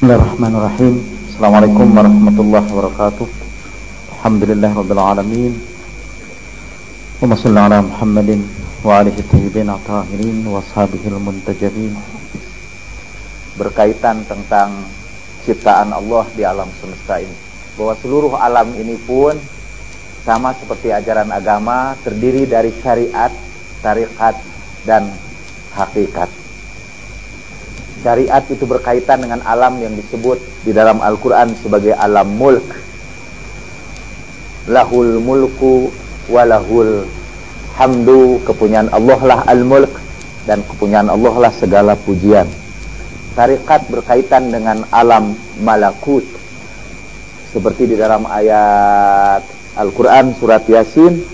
Bismillahirrahmanirrahim. Assalamualaikum warahmatullahi wabarakatuh. Alhamdulillahirabbil alamin. Allahumma shalli ala Muhammadin wa alihi thayyibin at-tahirin wa ashabihil muntajabin. Berkaitan tentang ciptaan Allah di alam semesta ini, bahwa seluruh alam ini pun sama seperti ajaran agama, terdiri dari syariat, tariqat, dan hakikat. Syariat itu berkaitan dengan alam yang disebut di dalam Al-Quran sebagai alam mulk. Lahul mulku walahul hamdu. Kepunyaan Allah lah al-mulk, dan kepunyaan Allah lah segala pujian. Tariqat berkaitan dengan alam malakut, seperti di dalam ayat Al-Quran surat Yasin,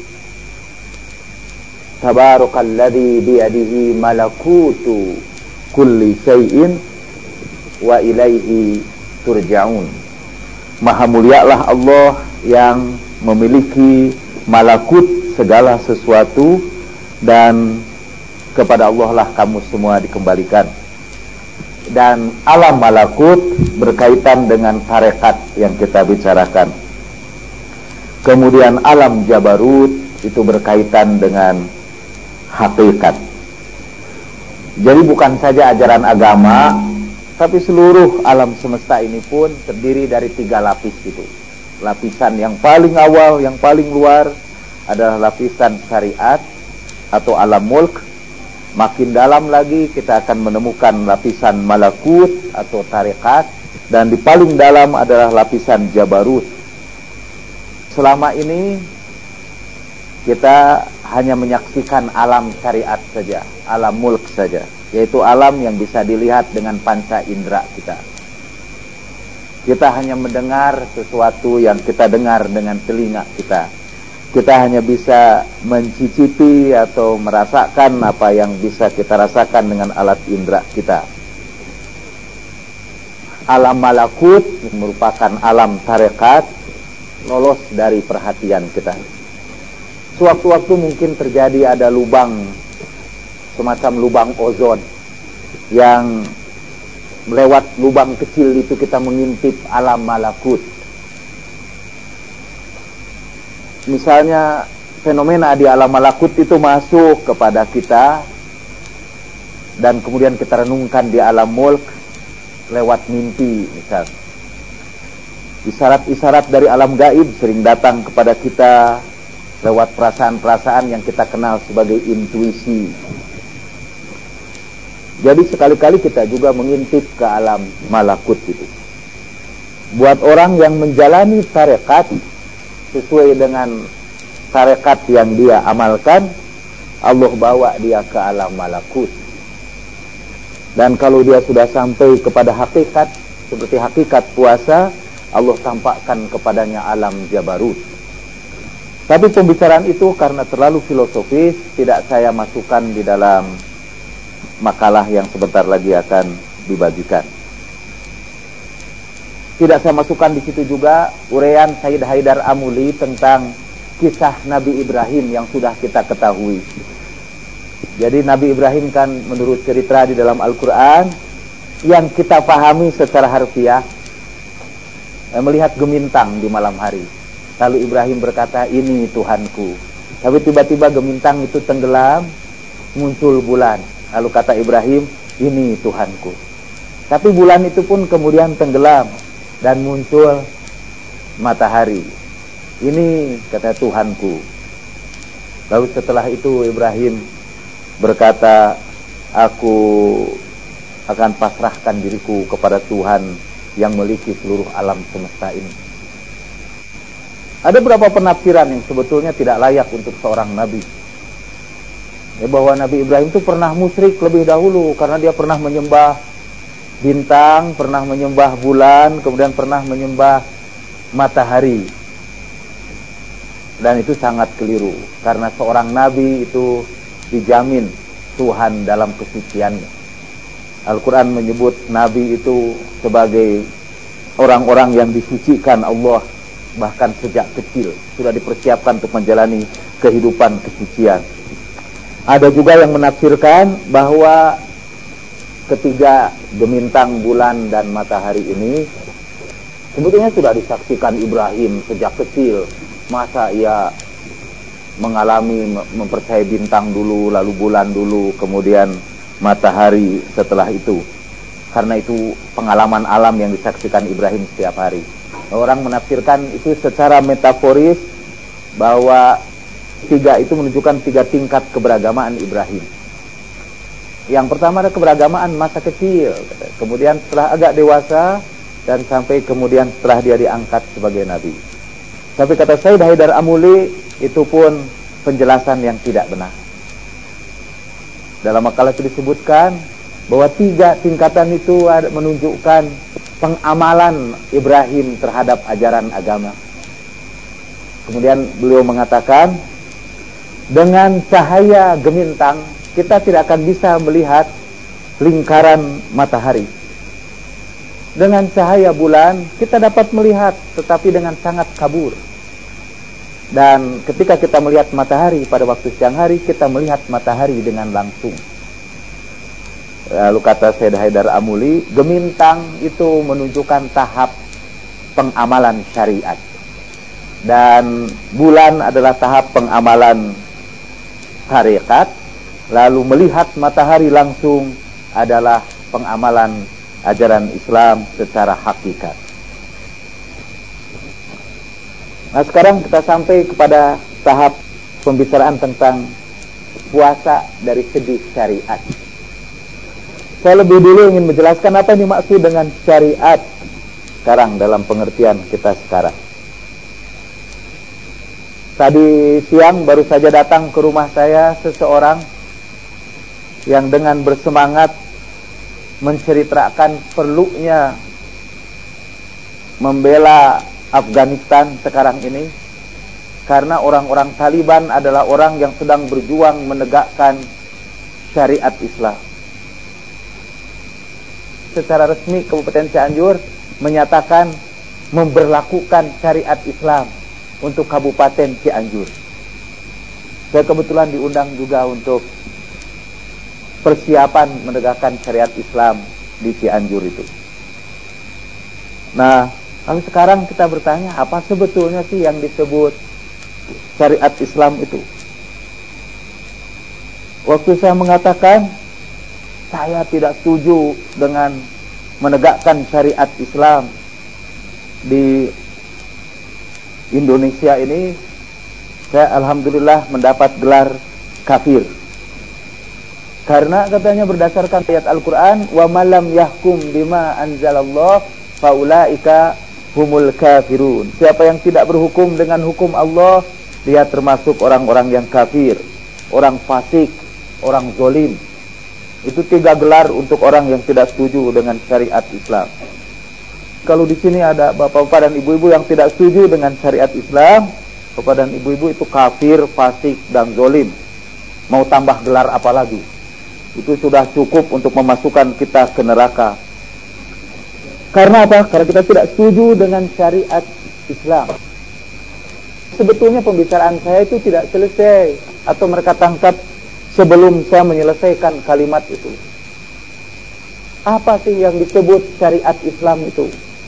Tabarakalladzi biyadihi malakutu kulli syai'in wa ilaihi turja'un. Maha mulialah Allah yang memiliki malakut segala sesuatu, dan kepada Allah lah kamu semua dikembalikan. Dan alam malakut berkaitan dengan tarekat yang kita bicarakan. Kemudian alam jabarut itu berkaitan dengan hakikat. Jadi bukan saja ajaran agama, tapi seluruh alam semesta ini pun terdiri dari 3 lapis itu. Lapisan yang paling awal, yang paling luar adalah lapisan syariat atau alam mulk. Makin dalam lagi kita akan menemukan lapisan malakut atau tarekat, dan di paling dalam adalah lapisan jabarut. Selama ini kita hanya menyaksikan alam syariat saja, alam mulk saja, yaitu alam yang bisa dilihat dengan panca indera kita. Kita hanya mendengar sesuatu yang kita dengar dengan telinga kita. Kita hanya bisa mencicipi atau merasakan apa yang bisa kita rasakan dengan alat indera kita. Alam malakut merupakan alam tarekat, lolos dari perhatian kita. Sewaktu-waktu mungkin terjadi ada lubang, semacam lubang ozon, yang melewat lubang kecil itu kita mengintip alam malakut. Misalnya fenomena di alam malakut itu masuk kepada kita, dan kemudian kita renungkan di alam mulk lewat mimpi misalnya. Isyarat-isyarat dari alam gaib sering datang kepada kita lewat perasaan-perasaan yang kita kenal sebagai intuisi. Jadi sekali-kali kita juga mengintip ke alam malakut itu. Buat orang yang menjalani tarekat sesuai dengan tarekat yang dia amalkan, Allah bawa dia ke alam malakut. Dan kalau dia sudah sampai kepada hakikat, seperti hakikat puasa, Allah tampakkan kepadanya alam jabarut. Tapi pembicaraan itu karena terlalu filosofis, tidak saya masukkan di dalam makalah yang sebentar lagi akan dibagikan. Tidak saya masukkan di situ juga uraian Sayyid Haidar Amuli tentang kisah Nabi Ibrahim yang sudah kita ketahui. Jadi Nabi Ibrahim kan menurut cerita di dalam Al-Quran yang kita pahami secara harfiah, melihat gemintang di malam hari. Lalu Ibrahim berkata, ini Tuhanku. Tapi tiba-tiba gemintang itu tenggelam, muncul bulan. Lalu kata Ibrahim, ini Tuhanku. Tapi bulan itu pun kemudian tenggelam, dan muncul matahari. Ini kata Tuhanku. Lalu setelah itu Ibrahim berkata, aku akan pasrahkan diriku kepada Tuhan yang memiliki seluruh alam semesta ini. Ada beberapa penafsiran yang sebetulnya tidak layak untuk seorang nabi. Bahwa Nabi Ibrahim itu pernah musyrik lebih dahulu, karena dia pernah menyembah bintang, pernah menyembah bulan, kemudian pernah menyembah matahari. Dan itu sangat keliru, karena seorang nabi itu dijamin Tuhan dalam kesuciannya. Al-Quran menyebut nabi itu sebagai orang-orang yang disucikan Allah, bahkan sejak kecil sudah dipersiapkan untuk menjalani kehidupan kesucian. Ada juga yang menafsirkan bahwa ketiga gemintang, bulan, dan matahari ini sebetulnya sudah disaksikan Ibrahim sejak kecil. Masa ia mengalami mempercayai bintang dulu, lalu bulan dulu, kemudian matahari setelah itu. Karena itu pengalaman alam yang disaksikan Ibrahim setiap hari. Orang menafsirkan itu secara metaforis bahwa tiga itu menunjukkan tiga tingkat keberagamaan Ibrahim. Yang pertama ada keberagamaan masa kecil, kemudian setelah agak dewasa, dan sampai kemudian setelah dia diangkat sebagai nabi. Tapi kata Sayyid Haidar Amuli, itu pun penjelasan yang tidak benar. Dalam makalah itu disebutkan bahwa tiga tingkatan itu menunjukkan pengamalan Ibrahim terhadap ajaran agama. Kemudian beliau mengatakan, dengan cahaya gemintang kita tidak akan bisa melihat lingkaran matahari. Dengan cahaya bulan kita dapat melihat, tetapi dengan sangat kabur. Dan ketika kita melihat matahari pada waktu siang hari, kita melihat matahari dengan langsung. Lalu kata Sayyid Haidar Amuli, gemintang itu menunjukkan tahap pengamalan syariat, dan bulan adalah tahap pengamalan hakikat. Lalu melihat matahari langsung adalah pengamalan ajaran Islam secara hakikat. Nah, sekarang kita sampai kepada tahap pembicaraan tentang puasa dari segi syariat. Saya lebih dulu ingin menjelaskan apa yang dimaksud dengan syariat sekarang dalam pengertian kita sekarang. Tadi siang baru saja datang ke rumah saya seseorang yang dengan bersemangat menceritakan perlunya membela Afghanistan sekarang ini, karena orang-orang Taliban adalah orang yang sedang berjuang menegakkan syariat Islam. Secara resmi Kabupaten Cianjur menyatakan memberlakukan syariat Islam untuk Kabupaten Cianjur. Saya kebetulan diundang juga untuk persiapan menegakkan syariat Islam di Cianjur itu. Nah, lalu sekarang kita bertanya, apa sebetulnya sih yang disebut syariat Islam itu? Waktu saya mengatakan saya tidak setuju dengan menegakkan syariat Islam di Indonesia ini, saya alhamdulillah mendapat gelar kafir. Karena katanya berdasarkan ayat Al-Quran, wa malam yahkum bima anzalallah faulaika humul kafirun. Siapa yang tidak berhukum dengan hukum Allah, dia termasuk orang-orang yang kafir, orang fasik, orang zolim. Itu tiga gelar untuk orang yang tidak setuju dengan syariat Islam. Kalau di sini ada bapak-bapak dan ibu-ibu yang tidak setuju dengan syariat Islam, bapak dan ibu-ibu itu kafir, fasik, dan zolim. Mau tambah gelar apa lagi? Itu sudah cukup untuk memasukkan kita ke neraka. Karena apa? Karena kita tidak setuju dengan syariat Islam. Sebetulnya pembicaraan saya itu tidak selesai, atau mereka tangkap sebelum saya menyelesaikan kalimat itu. Apa sih yang disebut syariat Islam itu?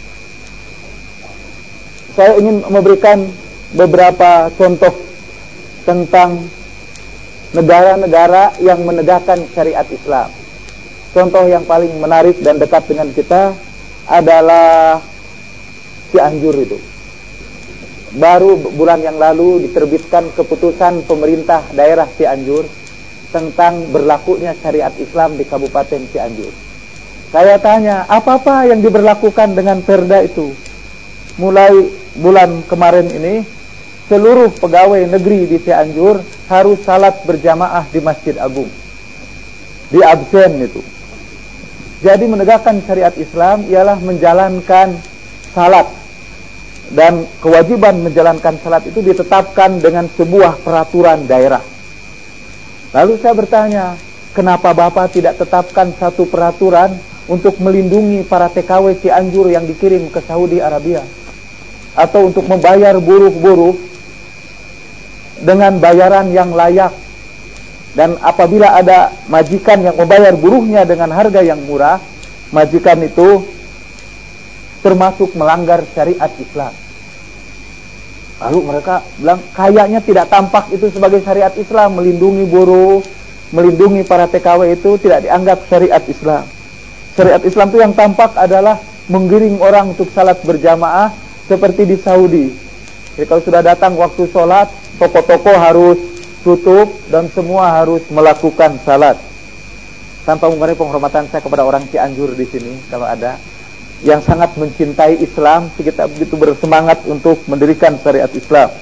Saya ingin memberikan beberapa contoh tentang negara-negara yang menegakkan syariat Islam. Contoh yang paling menarik dan dekat dengan kita adalah Cianjur itu. Baru bulan yang lalu diterbitkan keputusan pemerintah daerah Cianjur tentang berlakunya syariat Islam di Kabupaten Cianjur. Saya tanya, apa-apa yang diberlakukan dengan perda itu? Mulai bulan kemarin ini, seluruh pegawai negeri di Cianjur harus salat berjamaah di Masjid Agung. Di absen itu. Jadi menegakkan syariat Islam ialah menjalankan salat. Dan kewajiban menjalankan salat itu ditetapkan dengan sebuah peraturan daerah. Lalu saya bertanya, kenapa Bapak tidak tetapkan satu peraturan untuk melindungi para TKW Cianjur yang dikirim ke Saudi Arabia? Atau untuk membayar buruh-buruh dengan bayaran yang layak, Dan apabila ada majikan yang membayar buruhnya dengan harga yang murah, majikan itu termasuk melanggar syariat Islam. Lalu mereka bilang, kayaknya tidak tampak itu sebagai syariat Islam. Melindungi buruh, melindungi para TKW itu tidak dianggap syariat Islam. Syariat Islam itu yang tampak adalah menggiring orang untuk salat berjamaah seperti di Saudi. Jadi kalau sudah datang waktu sholat, toko-toko harus tutup dan semua harus melakukan salat. Tanpa mengurangi penghormatan saya kepada orang Cianjur di sini, kalau ada yang sangat mencintai Islam, kita begitu bersemangat untuk mendirikan syariat Islam.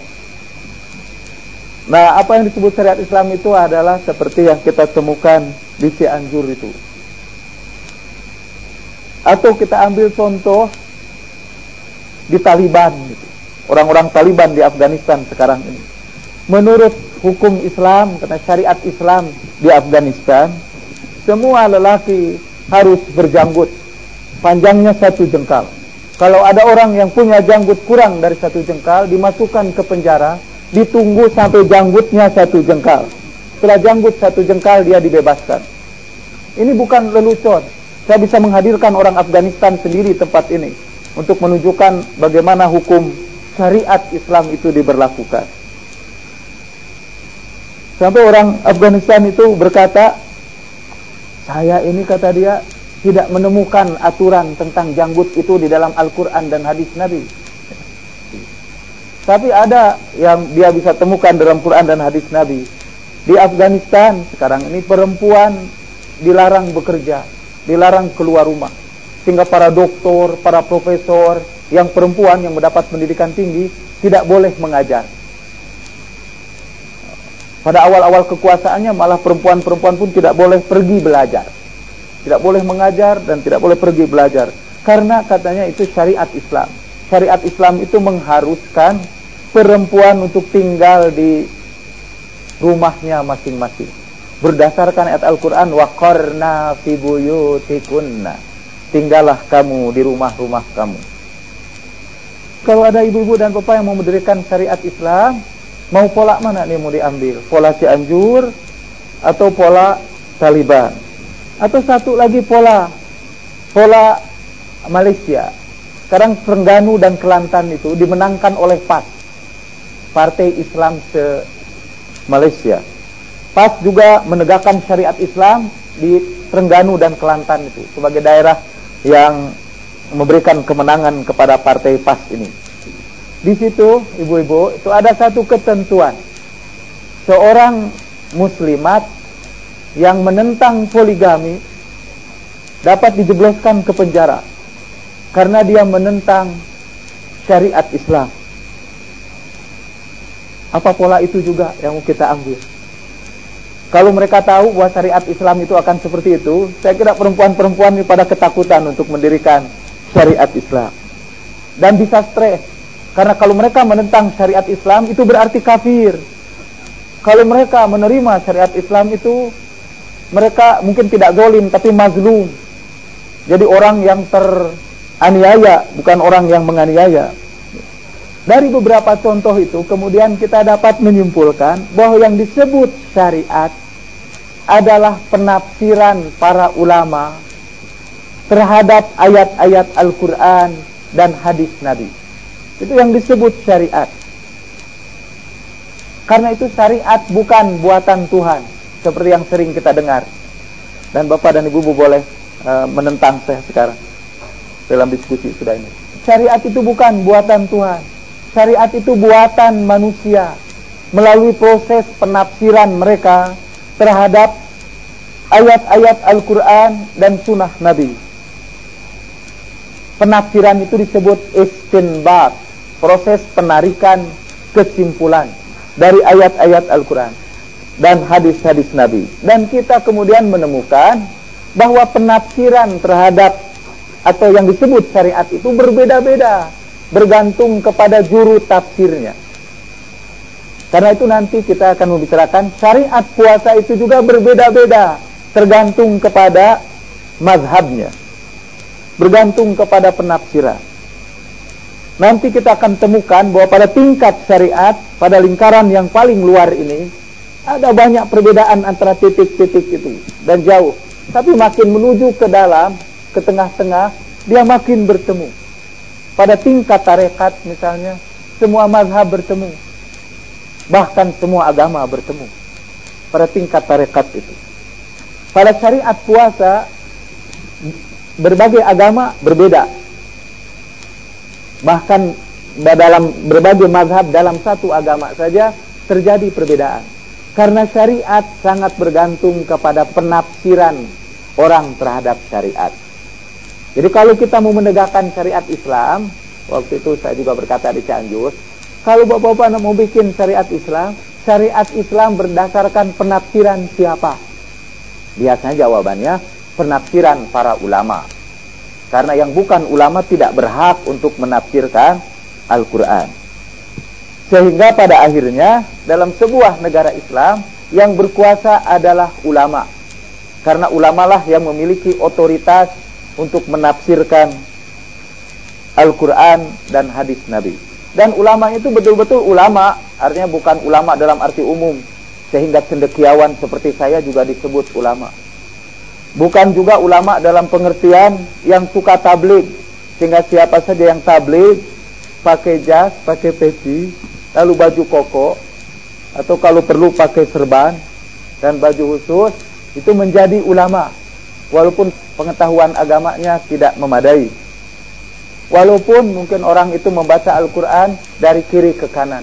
Nah, apa yang disebut syariat Islam itu adalah seperti yang kita temukan di Cianjur itu. Atau kita ambil contoh di Taliban gitu. Orang-orang Taliban di Afghanistan sekarang ini. Menurut hukum Islam, karena syariat Islam di Afghanistan, semua lelaki harus berjanggut, panjangnya 1 jengkal. Kalau ada orang yang punya janggut kurang dari 1 jengkal, dimasukkan ke penjara, ditunggu sampai janggutnya 1 jengkal. Setelah janggut 1 jengkal, dia dibebaskan. Ini bukan lelucon. Saya bisa menghadirkan orang Afghanistan sendiri tempat ini untuk menunjukkan bagaimana hukum syariat Islam itu diberlakukan. Sampai orang Afghanistan itu berkata, saya ini, kata dia, tidak menemukan aturan tentang janggut itu di dalam Al-Quran dan hadis Nabi. Tapi ada yang dia bisa temukan dalam Quran dan hadis Nabi. Di Afghanistan sekarang ini perempuan dilarang bekerja, dilarang keluar rumah. Sehingga para doktor, para profesor yang perempuan yang mendapat pendidikan tinggi tidak boleh mengajar. Pada awal-awal kekuasaannya malah perempuan-perempuan pun tidak boleh pergi belajar. Tidak boleh mengajar dan tidak boleh pergi belajar. Karena katanya itu syariat Islam. Syariat Islam itu mengharuskan perempuan untuk tinggal di rumahnya masing-masing. Berdasarkan ayat Al-Quran, waqarna fi buyutikunna. Tinggallah kamu di rumah-rumah kamu. Kalau ada ibu-ibu dan bapak yang mau mendirikan syariat Islam, mau pola mana nih mau diambil? Pola Cianjur atau pola Taliban? Atau satu lagi pola Malaysia. Sekarang Terengganu dan Kelantan itu dimenangkan oleh PAS, Partai Islam se-Malaysia. PAS juga menegakkan syariat Islam di Terengganu dan Kelantan itu sebagai daerah yang memberikan kemenangan kepada partai PAS ini. Di situ, ibu-ibu, itu ada satu ketentuan. Seorang muslimat yang menentang poligami dapat dijebloskan ke penjara karena dia menentang syariat Islam. Apa pola itu juga yang mau kita ambil? Kalau mereka tahu bahwa syariat Islam itu akan seperti itu, saya kira perempuan-perempuan ini pada ketakutan untuk mendirikan syariat Islam. Dan bisa stres. Karena kalau mereka menentang syariat Islam, itu berarti kafir. Kalau mereka menerima syariat Islam itu, mereka mungkin tidak zalim, tapi mazlum. Jadi orang yang teraniaya, bukan orang yang menganiaya. Dari beberapa contoh itu, kemudian kita dapat menyimpulkan bahwa yang disebut syariat adalah penafsiran para ulama terhadap ayat-ayat Al-Quran dan hadis Nabi. Itu yang disebut syariat. Karena itu syariat bukan buatan Tuhan, seperti yang sering kita dengar. Dan bapak dan ibu boleh menentang saya sekarang dalam diskusi sudah ini. Syariat itu bukan buatan Tuhan. Syariat itu buatan manusia melalui proses penafsiran mereka terhadap ayat-ayat Al-Quran dan sunnah Nabi. Penafsiran itu disebut istinbat, proses penarikan kesimpulan dari ayat-ayat Al-Quran dan hadis-hadis Nabi. Dan kita kemudian menemukan bahwa penafsiran terhadap atau yang disebut syariat itu berbeda-beda, bergantung kepada juru tafsirnya. Karena itu nanti kita akan membicarakan syariat puasa itu juga berbeda-beda, tergantung kepada mazhabnya, bergantung kepada penafsiran. Nanti kita akan temukan bahwa pada tingkat syariat, pada lingkaran yang paling luar ini, Ada banyak perbedaan antara titik-titik itu dan jauh. Tapi makin menuju ke dalam, ke tengah-tengah, dia makin bertemu. Pada tingkat tarekat misalnya, semua mazhab bertemu. Bahkan semua agama bertemu. Pada tingkat tarekat itu. Pada syariat puasa, berbagai agama berbeda. Bahkan dalam berbagai mazhab dalam satu agama saja terjadi perbedaan. Karena syariat sangat bergantung kepada penafsiran orang terhadap syariat. Jadi kalau kita mau menegakkan syariat Islam, waktu itu saya juga berkata di Cianjur, kalau bapak-bapak mau bikin syariat Islam berdasarkan penafsiran siapa? Biasanya jawabannya penafsiran para ulama. Karena yang bukan ulama tidak berhak untuk menafsirkan Al-Quran. Sehingga pada akhirnya dalam sebuah negara Islam yang berkuasa adalah ulama. Karena ulamalah yang memiliki otoritas untuk menafsirkan Al-Quran dan hadis Nabi. Dan ulama itu betul-betul ulama, artinya bukan ulama dalam arti umum. Sehingga cendekiawan seperti saya juga disebut ulama. Bukan juga ulama dalam pengertian yang suka tabligh. Sehingga siapa saja yang tabligh, pakai jas, pakai peci, lalu baju koko, atau kalau perlu pakai serban dan baju khusus, itu menjadi ulama. Walaupun pengetahuan agamanya tidak memadai. Walaupun mungkin orang itu membaca Al-Quran dari kiri ke kanan.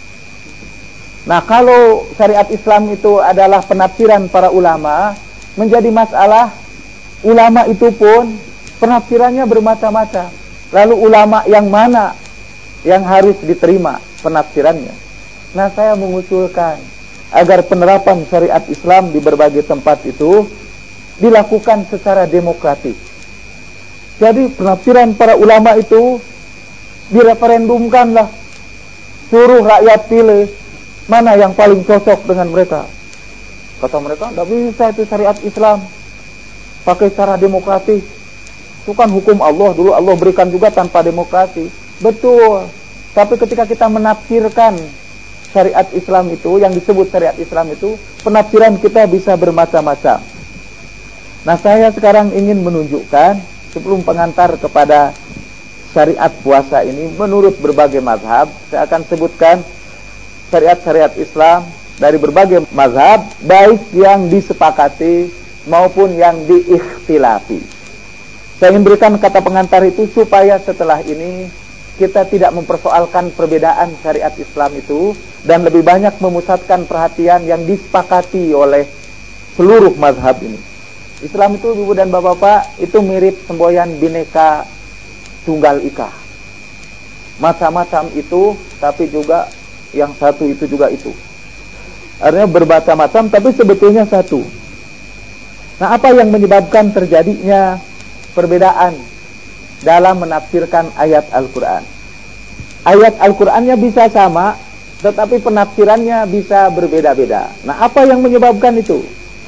Nah, kalau syariat Islam itu adalah penafsiran para ulama, menjadi masalah ulama itu pun penafsirannya bermacam-macam. Lalu ulama yang mana yang harus diterima penafsirannya? Nah, saya mengusulkan agar penerapan syariat Islam di berbagai tempat itu dilakukan secara demokratis. Jadi penafsiran para ulama itu direferendumkanlah. Suruh rakyat pilih mana yang paling cocok dengan mereka. Kata mereka, tidak bisa itu syariat Islam pakai cara demokratis. Itu kan hukum Allah, dulu Allah berikan juga tanpa demokrasi. Betul. Tapi ketika kita menafsirkan syariat Islam itu, yang disebut syariat Islam itu, penafsiran kita bisa bermacam-macam. Nah, saya sekarang ingin menunjukkan, sebelum pengantar kepada syariat puasa ini, menurut berbagai mazhab, saya akan sebutkan syariat-syariat Islam dari berbagai mazhab, baik yang disepakati maupun yang diikhtilafi. Saya ingin berikan kata pengantar itu supaya setelah ini kita tidak mempersoalkan perbedaan syariat Islam itu dan lebih banyak memusatkan perhatian yang disepakati oleh seluruh mazhab ini. Islam itu, ibu dan bapak-bapak, itu mirip semboyan Bhinneka Tunggal Ika. Macam-macam itu, tapi juga yang satu itu juga itu. Artinya bermacam-macam, tapi sebetulnya satu. Nah, apa yang menyebabkan terjadinya perbedaan dalam menafsirkan ayat Al-Quran? Ayat Al-Qurannya bisa sama, tetapi penafsirannya bisa berbeda-beda. Nah, apa yang menyebabkan itu?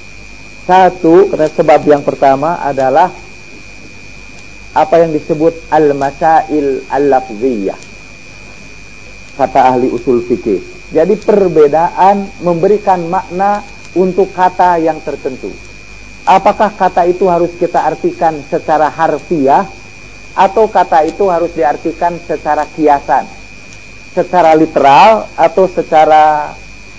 Satu, karena sebab yang pertama adalah apa yang disebut al-masail al-lafziyah, kata ahli usul fikih. Jadi perbedaan memberikan makna untuk kata yang tertentu. Apakah kata itu harus kita artikan secara harfiah, atau kata itu harus diartikan secara kiasan, secara literal, atau secara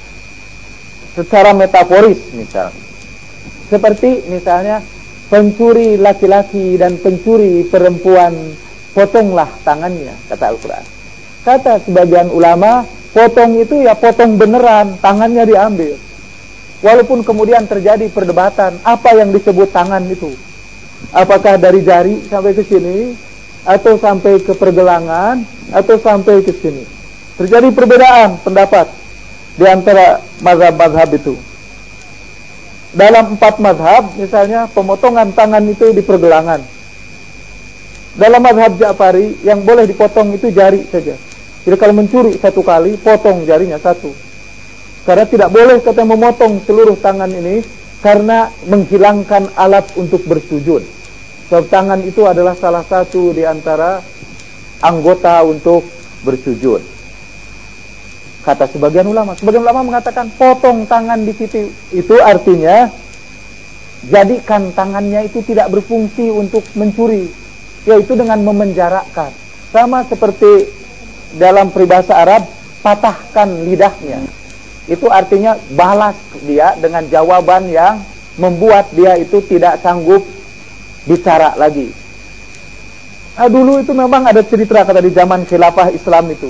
metaforis misalnya. Seperti misalnya pencuri laki-laki dan pencuri perempuan, potonglah tangannya, kata Al-Quran. Kata sebagian ulama, potong itu ya potong beneran, tangannya diambil. Walaupun kemudian terjadi perdebatan, apa yang disebut tangan itu? Apakah dari jari sampai ke sini, atau sampai ke pergelangan, atau sampai ke sini? Terjadi perbedaan pendapat di antara mazhab-mazhab itu. Dalam 4 mazhab, misalnya pemotongan tangan itu di pergelangan. Dalam mazhab Ja'fari, yang boleh dipotong itu jari saja. Jadi kalau mencuri 1 kali, potong jarinya 1. Karena tidak boleh kata memotong seluruh tangan ini, karena menghilangkan alat untuk bersujud. Sebab tangan itu adalah salah satu di antara anggota untuk bersujud. Kata sebagian ulama mengatakan potong tangan di situ itu artinya jadikan tangannya itu tidak berfungsi untuk mencuri, yaitu dengan memenjarakan. Sama seperti dalam peribahasa Arab, patahkan lidahnya. Itu artinya balas dia dengan jawaban yang membuat dia itu tidak sanggup bicara lagi. Nah, dulu itu memang ada cerita kata di zaman khilafah Islam itu.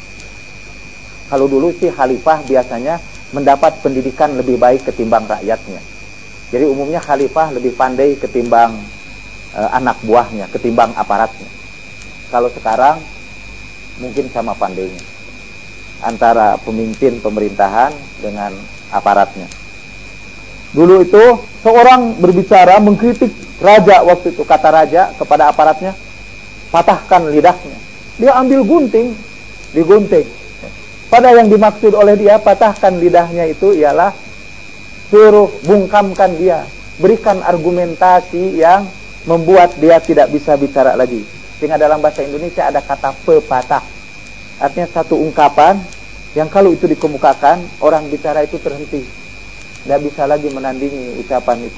Kalau dulu sih khalifah biasanya mendapat pendidikan lebih baik ketimbang rakyatnya. Jadi umumnya khalifah lebih pandai ketimbang anak buahnya, ketimbang aparatnya. Kalau sekarang mungkin sama pandainya antara pemimpin pemerintahan dengan aparatnya. Dulu itu seorang berbicara mengkritik raja waktu itu, kata raja kepada aparatnya, patahkan lidahnya. Dia ambil gunting, digunting. Pada yang dimaksud oleh dia patahkan lidahnya itu ialah suruh bungkamkan dia, berikan argumentasi yang membuat dia tidak bisa bicara lagi. Sehingga dalam bahasa Indonesia ada kata pepatah, artinya satu ungkapan yang kalau itu dikemukakan orang bicara itu terhenti, tidak bisa lagi menandingi ucapan itu.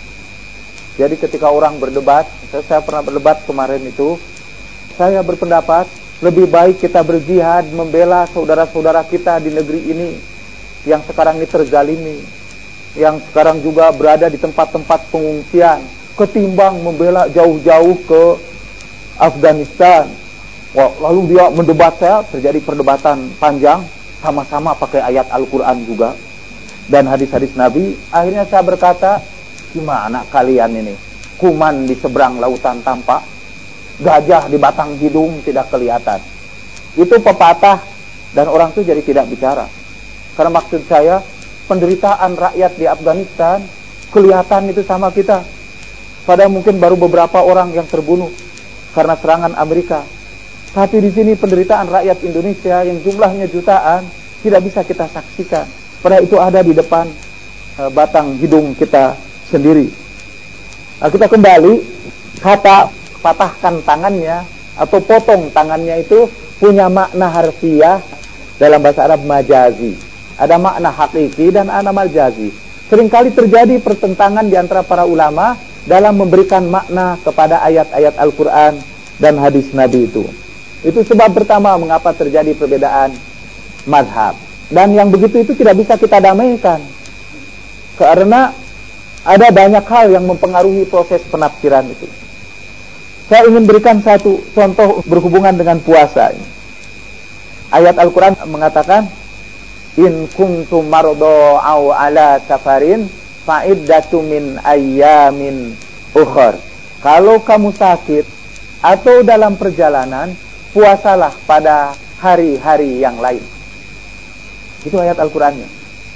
Jadi ketika orang berdebat, saya pernah berdebat kemarin itu, saya berpendapat lebih baik kita berjihad membela saudara-saudara kita di negeri ini yang sekarang ini terzalimi, yang sekarang juga berada di tempat-tempat pengungsian, ketimbang membela jauh-jauh ke Afghanistan. Wah, lalu dia mendebat saya, terjadi perdebatan panjang, sama-sama pakai ayat Al-Quran juga dan hadis-hadis Nabi. Akhirnya saya berkata, gimana kalian ini? Kuman di seberang lautan tampak, gajah di batang hidung tidak kelihatan. Itu pepatah dan orang itu jadi tidak bicara. Karena maksud saya, penderitaan rakyat di Afghanistan kelihatan itu sama kita. Padahal mungkin baru beberapa orang yang terbunuh karena serangan Amerika. Tapi di sini penderitaan rakyat Indonesia yang jumlahnya jutaan tidak bisa kita saksikan. Padahal itu ada di depan batang hidung kita sendiri. Nah, kita kembali, kata patahkan tangannya atau potong tangannya itu punya makna harfiah dalam bahasa Arab majazi. Ada makna hakiki dan ada majazi. Seringkali terjadi pertentangan di antara para ulama dalam memberikan makna kepada ayat-ayat Al-Quran dan hadis Nabi itu. Itu sebab pertama mengapa terjadi perbedaan mazhab. Dan yang begitu itu tidak bisa kita damaikan. Karena ada banyak hal yang mempengaruhi proses penafsiran itu. Saya ingin berikan satu contoh berhubungan dengan puasa. Ayat Al-Quran mengatakan, in kuntum mardo aw ala safarin fa'iddatu min ayyamin ukhar. Kalau kamu sakit atau dalam perjalanan, puasalah pada hari-hari yang lain. Itu ayat Al-Qurannya.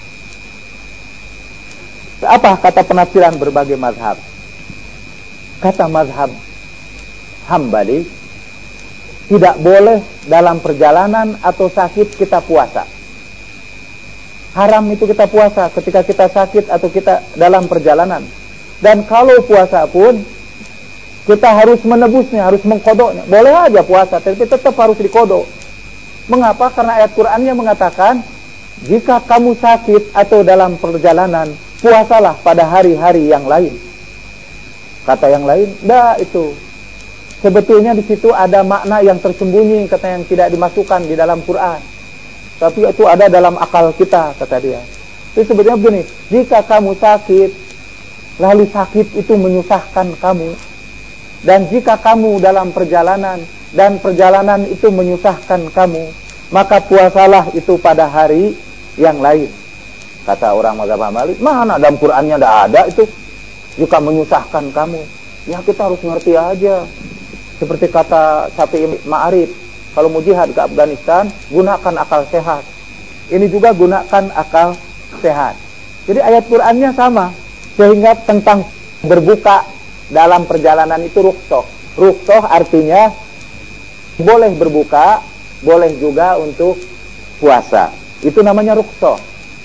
Apa kata penafsiran berbagai mazhab? Kata mazhab Hambali, tidak boleh dalam perjalanan atau sakit kita puasa. Haram itu kita puasa ketika kita sakit atau kita dalam perjalanan. Dan kalau puasa pun kita harus menebusnya, harus mengkodoknya. Boleh aja puasa, tapi tetap harus dikodok. Mengapa? Karena ayat Qur'annya mengatakan, jika kamu sakit atau dalam perjalanan, puasalah pada hari-hari yang lain. Kata yang lain, itu. Sebetulnya di situ ada makna yang tersembunyi, kata yang tidak dimasukkan di dalam Qur'an. Tapi itu ada dalam akal kita, kata dia. Itu sebetulnya begini, jika kamu sakit, lalu sakit itu menyusahkan kamu, dan jika kamu dalam perjalanan, dan perjalanan itu menyusahkan kamu, maka puasalah itu pada hari yang lain. Kata orang mazhab Hambali, mana dalam Qur'annya tidak ada itu, jika menyusahkan kamu. Ya kita harus ngerti aja. Seperti kata Syafi'i Ma'arif, kalau mau jihad ke Afghanistan, gunakan akal sehat. Ini juga gunakan akal sehat. Jadi ayat Qur'annya sama. Sehingga tentang berbuka dalam perjalanan itu rukhsah. Rukhsah artinya boleh berbuka, boleh juga untuk puasa. Itu namanya rukhsah.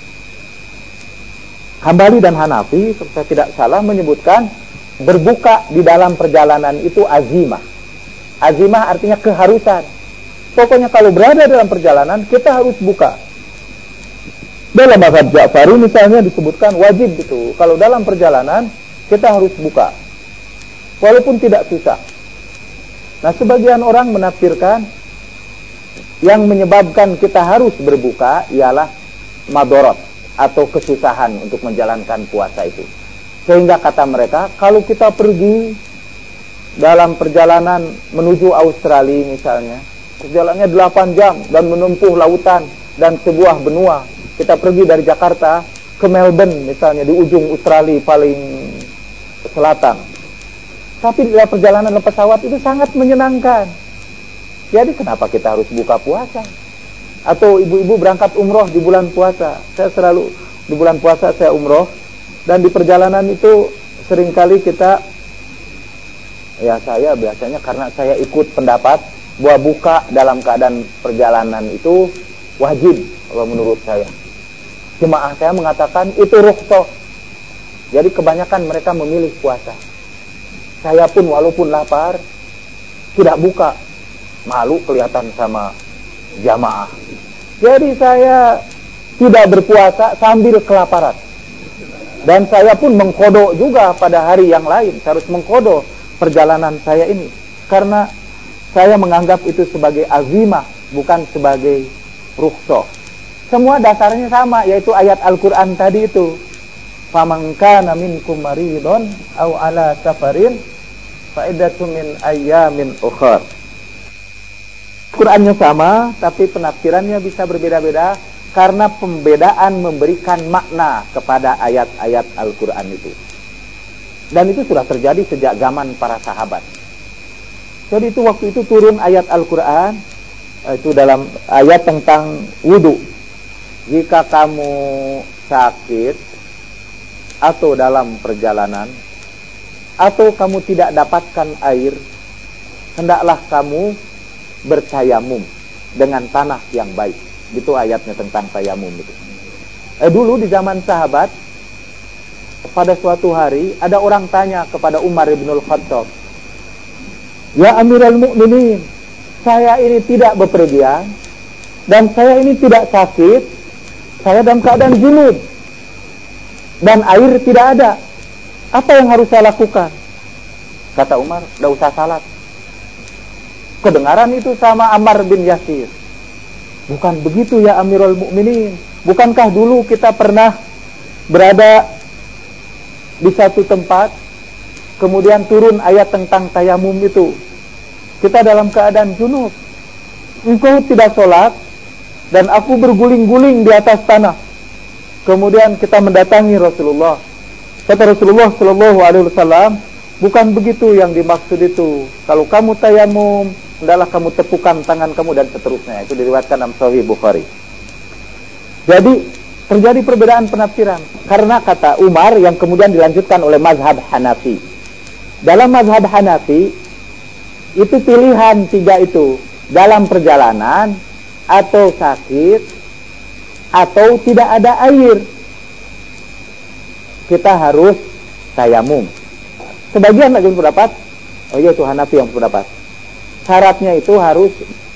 Hambali dan Hanafi, saya tidak salah menyebutkan, berbuka di dalam perjalanan itu azimah. Azimah artinya keharusan. Pokoknya kalau berada dalam perjalanan, kita harus buka. Dalam mazhab Ja'fari misalnya disebutkan wajib itu. Kalau dalam perjalanan kita harus buka. Walaupun tidak susah. Nah, sebagian orang menafsirkan yang menyebabkan kita harus berbuka ialah madorot atau kesusahan untuk menjalankan puasa itu. Sehingga kata mereka, kalau kita pergi dalam perjalanan menuju Australia misalnya, perjalanannya 8 jam dan menempuh lautan dan sebuah benua. Kita pergi dari Jakarta ke Melbourne misalnya, di ujung Australia paling selatan. Tapi dalam perjalanan pesawat itu sangat menyenangkan. Jadi kenapa kita harus buka puasa? Atau ibu-ibu berangkat umroh di bulan puasa. Saya selalu di bulan puasa saya umroh. Dan di perjalanan itu seringkali kita, ya saya biasanya karena saya ikut pendapat bahwa buka dalam keadaan perjalanan itu wajib kalau menurut saya. Jemaah saya mengatakan itu rukhsah. Jadi kebanyakan mereka memilih puasa. Saya pun walaupun lapar tidak buka, malu kelihatan sama jamaah. Jadi saya tidak berpuasa sambil kelaparan. Dan saya pun mengkodok juga pada hari yang lain. Saya harus mengkodok perjalanan saya ini. Karena saya menganggap itu sebagai azimah, bukan sebagai rukhsah. Semua dasarnya sama, yaitu ayat Al-Quran tadi itu. Faman kana minkum maridun aw ala safarin fa'iddatun min ayyamin ukhar. Qurannya sama, tapi penafsirannya bisa berbeda-beda karena pembedaan memberikan makna kepada ayat-ayat Al-Quran itu. Dan itu sudah terjadi sejak zaman para sahabat. Jadi itu waktu itu turun ayat Al-Quran, itu dalam ayat tentang wudu. Jika kamu sakit atau dalam perjalanan atau kamu tidak dapatkan air, hendaklah kamu bertayamum dengan tanah yang baik. Itu ayatnya tentang tayamum itu. Dulu di zaman sahabat, pada suatu hari ada orang tanya kepada Umar bin Khattab, "Ya Amirul Mukminin, saya ini tidak bepergian dan saya ini tidak sakit, saya dalam keadaan junub dan air tidak ada. Apa yang harus saya lakukan?" Kata Umar, "Tidak usah salat." Kedengaran itu sama Ammar bin Yasir. "Bukan begitu ya Amirul Mukminin. Bukankah dulu kita pernah berada di satu tempat, kemudian turun ayat tentang tayamum itu. Kita dalam keadaan junub. Engkau tidak sholat, dan aku berguling-guling di atas tanah. Kemudian kita mendatangi Rasulullah. Kata Rasulullah Shallallahu Alaihi Wasallam, bukan begitu yang dimaksud itu. Kalau kamu tayamum, hendaklah kamu tepukan tangan kamu dan seterusnya." Itu diriwayatkan dalam Sahih Bukhari. Jadi terjadi perbedaan penafsiran karena kata Umar yang kemudian dilanjutkan oleh mazhab Hanafi. Dalam mazhab Hanafi itu pilihan tiga itu, dalam perjalanan atau sakit atau tidak ada air, kita harus tayamum. Sebagian lagi pendapat, itu Hanafi yang pendapat, syaratnya itu harus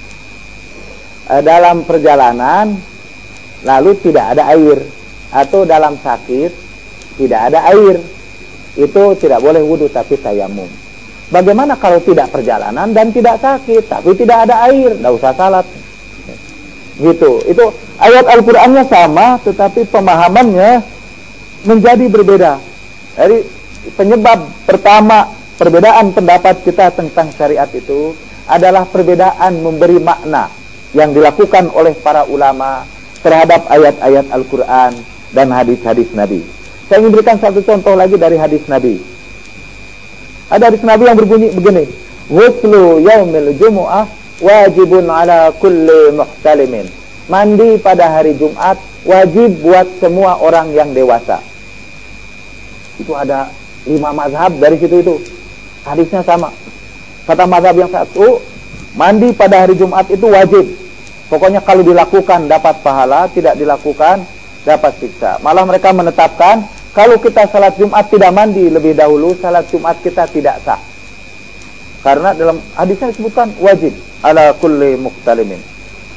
dalam perjalanan lalu tidak ada air, atau dalam sakit tidak ada air, itu tidak boleh wudu tapi tayamum. Bagaimana kalau tidak perjalanan dan tidak sakit tapi tidak ada air? Tidak usah salat. Gitu. Itu ayat Al-Qur'annya sama tetapi pemahamannya menjadi berbeda. Jadi penyebab pertama perbedaan pendapat kita tentang syariat itu adalah perbedaan memberi makna yang dilakukan oleh para ulama terhadap ayat-ayat Al-Quran dan hadis-hadis Nabi. Saya ingin berikan satu contoh lagi dari hadis Nabi. Ada hadis Nabi yang berbunyi begini, "Ghuslu yaumil jumu'ah wajibun ala kulli muhtalimin." Mandi pada hari Jumat wajib buat semua orang yang dewasa. Itu ada 5 mazhab dari situ itu. Hadisnya sama. Kata mazhab yang satu, mandi pada hari Jumat itu wajib. Pokoknya kalau dilakukan dapat pahala, tidak dilakukan dapat siksa. Malah mereka menetapkan kalau kita salat Jumat tidak mandi lebih dahulu, salat Jumat kita tidak sah. Karena dalam hadisnya disebutkan wajib ala kulli muhtalimin.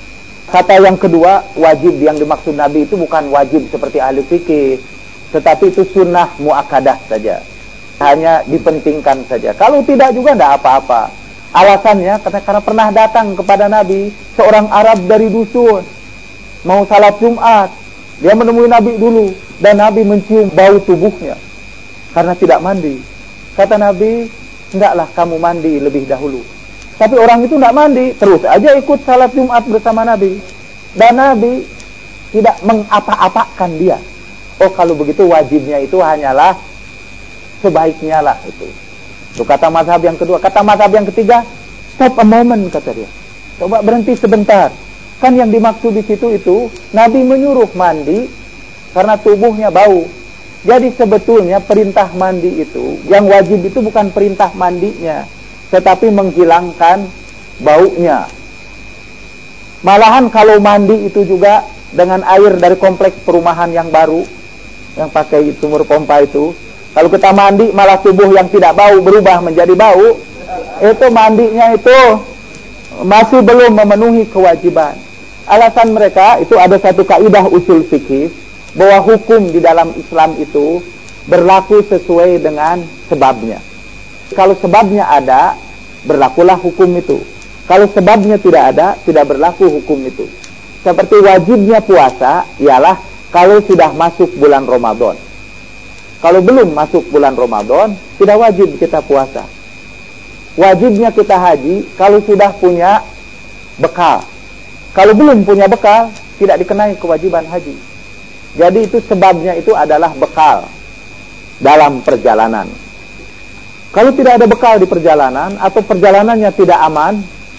Kata yang kedua, wajib yang dimaksud Nabi itu bukan wajib seperti ahli fikih, tetapi itu sunnah muakkadah saja. Hanya dipentingkan saja. Kalau tidak juga tidak apa-apa. Alasannya karena pernah datang kepada Nabi seorang Arab dari dusun mau salat Jumat. Dia menemui Nabi dulu dan Nabi mencium bau tubuhnya karena tidak mandi. Kata Nabi, "Hendaklah kamu mandi lebih dahulu." Tapi orang itu tidak mandi, terus aja ikut salat Jumat bersama Nabi. Dan Nabi tidak mengapa-apakan dia. Oh, kalau begitu wajibnya itu hanyalah sebaiknya lah itu. Itu kata mazhab yang kedua. Kata mazhab yang ketiga, stop a moment, kata dia. Coba berhenti sebentar. Kan yang dimaksud di situ itu Nabi menyuruh mandi karena tubuhnya bau. Jadi sebetulnya perintah mandi itu, yang wajib itu bukan perintah mandinya, tetapi menghilangkan baunya. Malahan kalau mandi itu juga dengan air dari kompleks perumahan yang baru, yang pakai sumur pompa itu, kalau kita mandi malah tubuh yang tidak bau berubah menjadi bau, itu mandinya itu masih belum memenuhi kewajiban. Alasan mereka itu ada satu kaidah usul fikih bahwa hukum di dalam Islam itu berlaku sesuai dengan sebabnya. Kalau sebabnya ada, berlakulah hukum itu. Kalau sebabnya tidak ada, tidak berlaku hukum itu. Seperti wajibnya puasa ialah kalau sudah masuk bulan Ramadan. Kalau belum masuk bulan Ramadan, tidak wajib kita puasa. Wajibnya kita haji kalau sudah punya bekal. Kalau belum punya bekal, tidak dikenai kewajiban haji. Jadi itu sebabnya itu adalah bekal dalam perjalanan. Kalau tidak ada bekal di perjalanan atau perjalanannya tidak aman,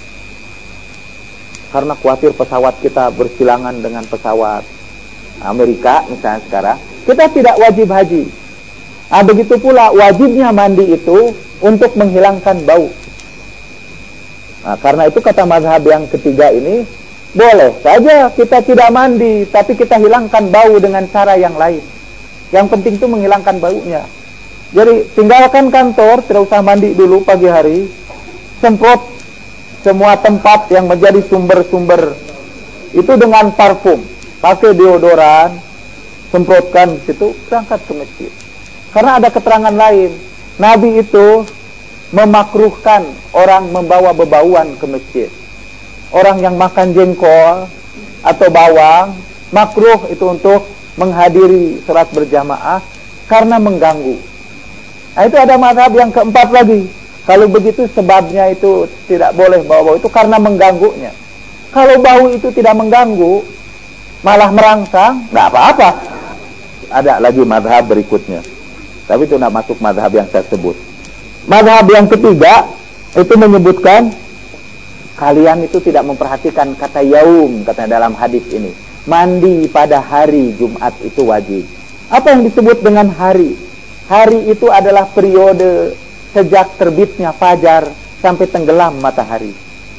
karena khawatir pesawat kita bersilangan dengan pesawat Amerika misalnya sekarang, kita tidak wajib haji. Begitu pula wajibnya mandi itu untuk menghilangkan bau. Karena itu kata mazhab yang ketiga ini, boleh saja kita tidak mandi, tapi kita hilangkan bau dengan cara yang lain. Yang penting itu menghilangkan baunya. Jadi tinggalkan kantor, tidak usah mandi dulu pagi hari, semprot semua tempat yang menjadi sumber-sumber itu dengan parfum, pakai deodoran, semprotkan di situ, berangkat ke masjid. Karena ada keterangan lain, Nabi itu memakruhkan orang membawa bebauan ke masjid. Orang yang makan jengkol atau bawang, makruh itu untuk menghadiri salat berjamaah karena mengganggu. Nah, itu ada mazhab yang keempat lagi. Kalau begitu sebabnya itu tidak boleh bawa bau itu karena mengganggunya. Kalau bau itu tidak mengganggu, malah merangsang, tidak apa-apa. Ada lagi mazhab berikutnya, tapi itu tidak masuk mazhab yang saya sebut. Mazhab yang ketiga itu menyebutkan kalian itu tidak memperhatikan kata yaum, kata dalam hadis ini. Mandi pada hari Jumat itu wajib. Apa yang disebut dengan hari? Hari itu adalah periode sejak terbitnya fajar sampai tenggelam matahari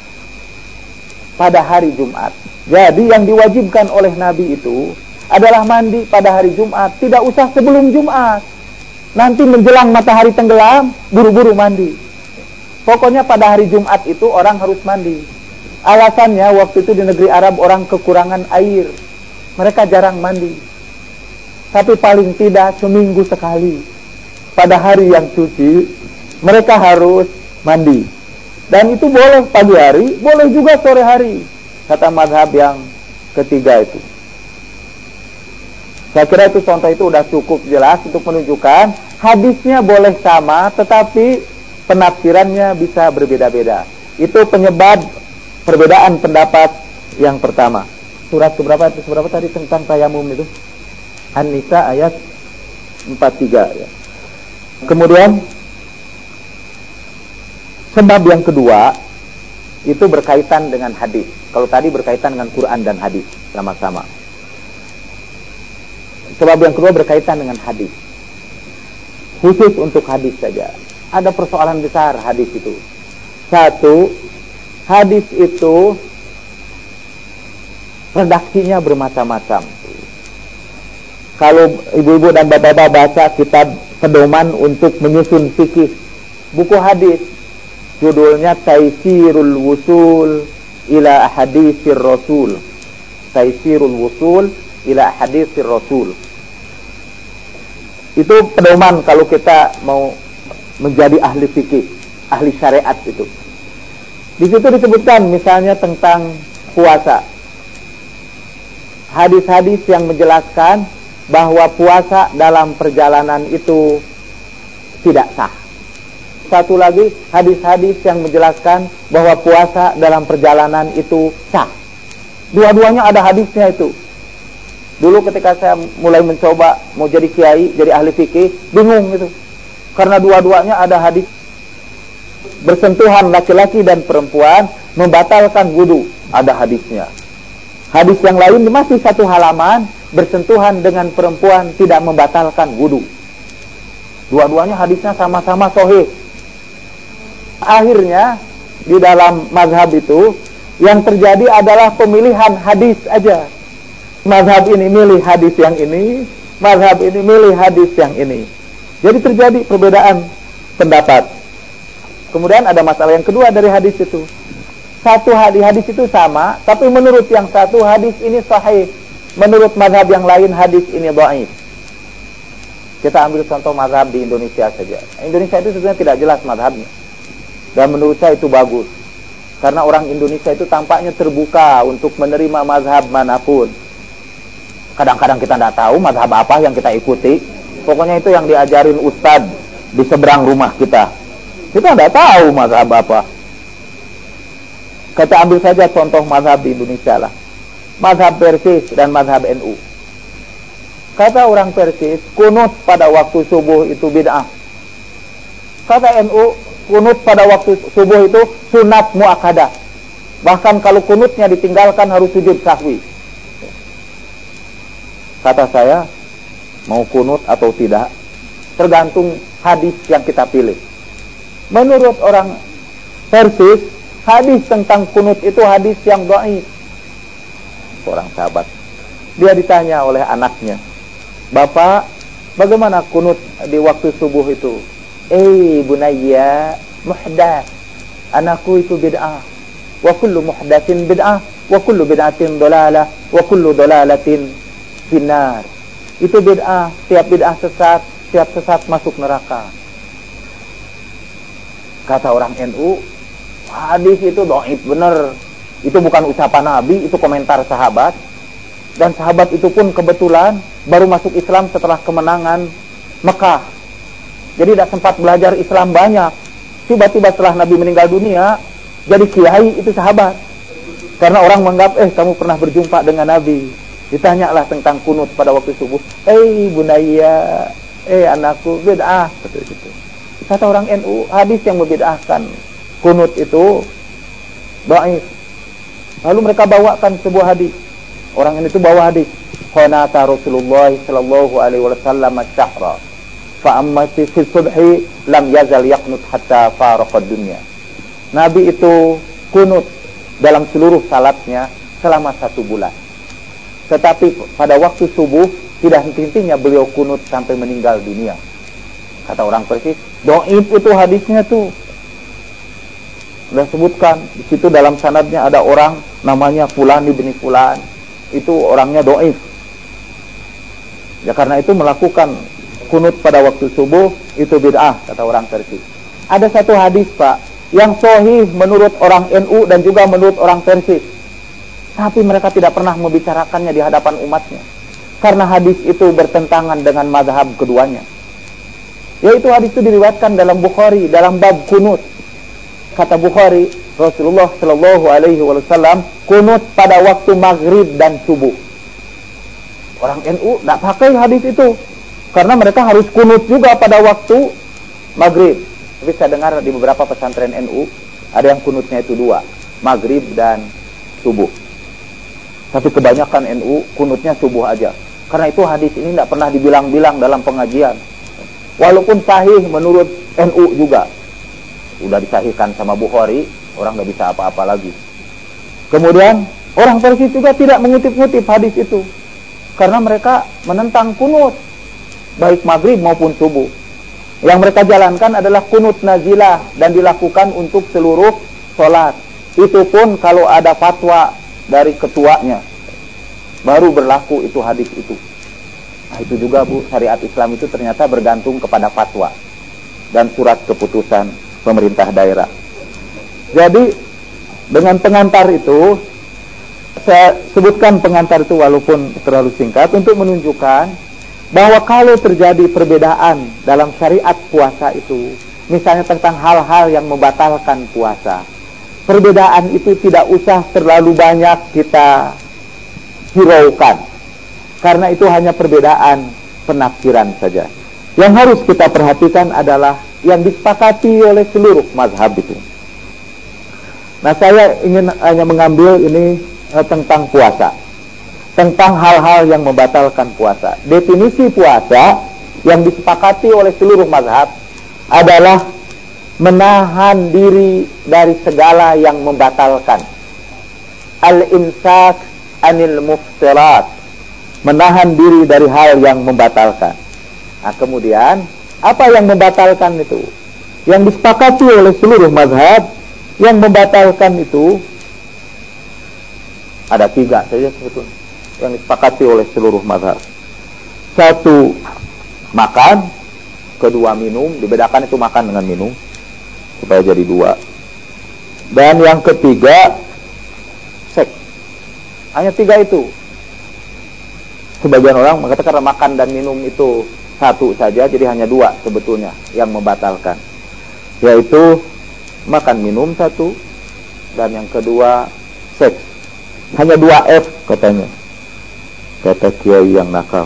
pada hari Jumat. Jadi yang diwajibkan oleh Nabi itu adalah mandi pada hari Jumat. Tidak usah sebelum Jumat. Nanti menjelang matahari tenggelam, buru-buru mandi. Pokoknya pada hari Jumat itu orang harus mandi. Alasannya waktu itu di negeri Arab orang kekurangan air. Mereka jarang mandi. Tapi paling tidak seminggu sekali, pada hari yang suci, mereka harus mandi. Dan itu boleh pagi hari, boleh juga sore hari, kata mazhab yang ketiga itu. Saya kira itu contoh itu sudah cukup jelas untuk menunjukkan hadisnya boleh sama, tetapi penafsirannya bisa berbeda-beda. Itu penyebab perbedaan pendapat yang pertama. Surat keberapa tadi tentang tayamum itu? An-Nisa ayat 43 ya. Kemudian sebab yang kedua itu berkaitan dengan hadis. Kalau tadi berkaitan dengan Quran dan hadis sama-sama. Sebab yang kedua berkaitan dengan hadis. Khusus untuk hadis saja. Ada persoalan besar hadis itu. Satu, hadis itu redaksinya bermacam-macam. Kalau ibu-ibu dan bapak-bapak baca kitab pedoman untuk menyusun fikih, buku hadis, judulnya Taisirul Wusul ila Hadisir Rasul, Taisirul Wusul ila Haditsir Rasul. Itu pedoman kalau kita mau menjadi ahli fikih, ahli syariat itu. Di situ disebutkan misalnya tentang puasa. Hadis-hadis yang menjelaskan bahwa puasa dalam perjalanan itu tidak sah. Satu lagi, hadis-hadis yang menjelaskan bahwa puasa dalam perjalanan itu sah. Dua-duanya ada hadisnya itu. Dulu ketika saya mulai mencoba mau jadi kiai, jadi ahli fikih, bingung gitu. Karena dua-duanya ada hadis. Bersentuhan laki-laki dan perempuan membatalkan wudu, ada hadisnya. Hadis yang lain masih satu halaman, bersentuhan dengan perempuan tidak membatalkan wudu. Dua-duanya hadisnya sama-sama sahih. Akhirnya di dalam mazhab itu yang terjadi adalah pemilihan hadis aja. Mazhab ini milih hadis yang ini, mazhab ini milih hadis yang ini. Jadi terjadi perbedaan pendapat. Kemudian ada masalah yang kedua dari hadis itu. Satu hadis itu sama, tapi menurut yang satu hadis ini sahih, menurut mazhab yang lain hadis ini dhaif. Kita ambil contoh mazhab di Indonesia saja. Indonesia itu sebenarnya tidak jelas mazhabnya. Dan menurut saya itu bagus. Karena orang Indonesia itu tampaknya terbuka untuk menerima mazhab manapun. Kadang-kadang kita tidak tahu mazhab apa yang kita ikuti. Pokoknya itu yang diajarin ustadz di seberang rumah kita. Kita tidak tahu mazhab apa. Kita ambil saja contoh mazhab di Indonesia lah. Mazhab Persis dan mazhab NU. Kata orang Persis, kunut pada waktu subuh itu bid'ah. Kata NU, kunut pada waktu subuh itu sunat muakkadah. Bahkan kalau kunutnya ditinggalkan harus sujud sahwi. Kata saya, mau kunut atau tidak, tergantung hadis yang kita pilih. Menurut orang Persis, hadis tentang kunut itu hadis yang dhaif. Seorang sahabat, dia ditanya oleh anaknya, "Bapak, bagaimana kunut di waktu subuh itu?" Bunayya, muhdats. Anakku itu bid'ah. Wa kullu muhdatsin bid'ah, wa kullu bid'atin dhalalah, wa kullu dhalalatin finnar. Itu bid'ah, tiap bid'ah sesat, tiap sesat masuk neraka. Kata orang NU, hadis itu dhaif benar. Itu bukan ucapan Nabi, itu komentar sahabat. Dan sahabat itu pun kebetulan baru masuk Islam setelah kemenangan Mekah. Jadi tidak sempat belajar Islam banyak. Tiba-tiba setelah Nabi meninggal dunia, jadi kiai itu sahabat. Karena orang menganggap, kamu pernah berjumpa dengan Nabi. Ditanyalah tentang kunut pada waktu subuh. Bunayya, anakku, bid'ah. Kata orang NU, hadis yang membid'ahkan kunut itu dhaif. Lalu mereka bawakan sebuah hadis. Orang ini itu bawa hadis. Qanata Rasulullah sallallahu alaihi wasallam asy-syahra. Fa amma fi subhi lam yazal yaqnut hatta faraqad dunya. Nabi itu kunut dalam seluruh salatnya selama 1 bulan. Tetapi pada waktu subuh tidak henti-hentinya beliau kunut sampai meninggal dunia. Kata orang Persis, dhaif itu hadisnya tuh. Sudah sebutkan di situ dalam sanadnya ada orang namanya Fulan ibn Fulan. Itu orangnya dhaif. Ya karena itu melakukan kunut pada waktu subuh itu bid'ah, kata orang Persis. Ada satu hadis, Pak, yang sahih menurut orang NU dan juga menurut orang Persis. Tapi mereka tidak pernah membicarakannya di hadapan umatnya. Karena hadis itu bertentangan dengan mazhab keduanya. Yaitu hadis itu diriwayatkan dalam Bukhari, dalam bab kunut. Kata Bukhari, Rasulullah sallallahu alaihi wasallam kunut pada waktu maghrib dan subuh. Orang NU tidak pakai hadis itu. Karena mereka harus kunut juga pada waktu maghrib. Tapi saya dengar di beberapa pesantren NU ada yang kunutnya itu 2, maghrib dan subuh. Tapi kebanyakan NU kunutnya subuh aja. Karena itu hadis ini tidak pernah dibilang-bilang dalam pengajian. Walaupun sahih menurut NU juga. Udah disahihkan sama Bukhari, orang nggak bisa apa-apa lagi. Kemudian orang Persis juga tidak mengutip-ngutip hadis itu. Karena mereka menentang kunut, baik maghrib maupun subuh. Yang mereka jalankan adalah kunut nazilah dan dilakukan untuk seluruh sholat. Itu pun kalau ada fatwa dari ketuanya. baru berlaku itu hadis itu. Nah, itu juga Bu, syariat Islam itu ternyata bergantung kepada fatwa dan surat keputusan pemerintah daerah. Jadi dengan pengantar itu, saya sebutkan pengantar itu walaupun terlalu singkat untuk menunjukkan bahwa kalau terjadi perbedaan dalam syariat puasa itu, misalnya tentang hal-hal yang membatalkan puasa, perbedaan itu tidak usah terlalu banyak kita hiraukan, karena itu hanya perbedaan penafsiran saja. Yang harus kita perhatikan adalah yang disepakati oleh seluruh mazhab itu. Nah, saya ingin hanya mengambil ini tentang puasa, tentang hal-hal yang membatalkan puasa. Definisi puasa yang disepakati oleh seluruh mazhab adalah menahan diri dari segala yang membatalkan. Al-imsak anil muftirat, menahan diri dari hal yang membatalkan. Nah, kemudian apa yang membatalkan itu? Yang disepakati oleh seluruh mazhab, yang membatalkan itu ada 3 saja sebetulnya yang disepakati oleh seluruh mazhab. 1, makan. 2, minum. Dibedakan itu makan dengan minum supaya jadi 2. Dan yang ketiga, seks. Hanya 3 itu. Sebagian orang mengatakan makan dan minum itu 1 saja, jadi hanya 2 sebetulnya yang membatalkan, yaitu makan minum 1, dan yang kedua seks. Hanya 2 F katanya, kata kiai yang nakal.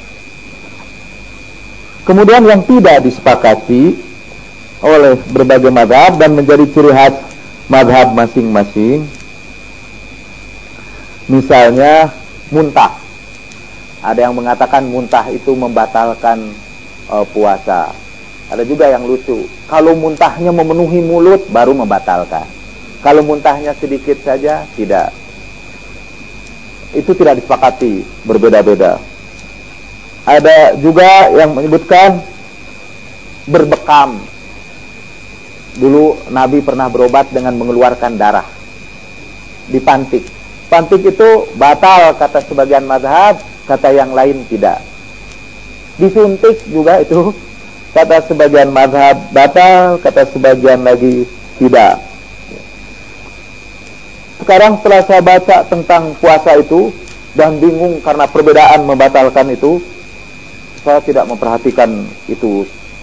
Kemudian yang tidak disepakati oleh berbagai mazhab dan menjadi ciri khas mazhab masing-masing, misalnya muntah. Ada yang mengatakan muntah itu membatalkan puasa. Ada juga yang lucu, kalau muntahnya memenuhi mulut baru membatalkan, kalau muntahnya sedikit saja tidak. Itu tidak disepakati, berbeda-beda. Ada juga yang menyebutkan berbekam. Dulu Nabi pernah berobat dengan mengeluarkan darah, dipantik. Pantik itu batal kata sebagian mazhab, kata yang lain tidak. Disuntik juga itu kata sebagian mazhab batal, kata sebagian lagi tidak. Sekarang setelah saya baca tentang puasa itu dan bingung karena perbedaan membatalkan itu, saya tidak memperhatikan itu.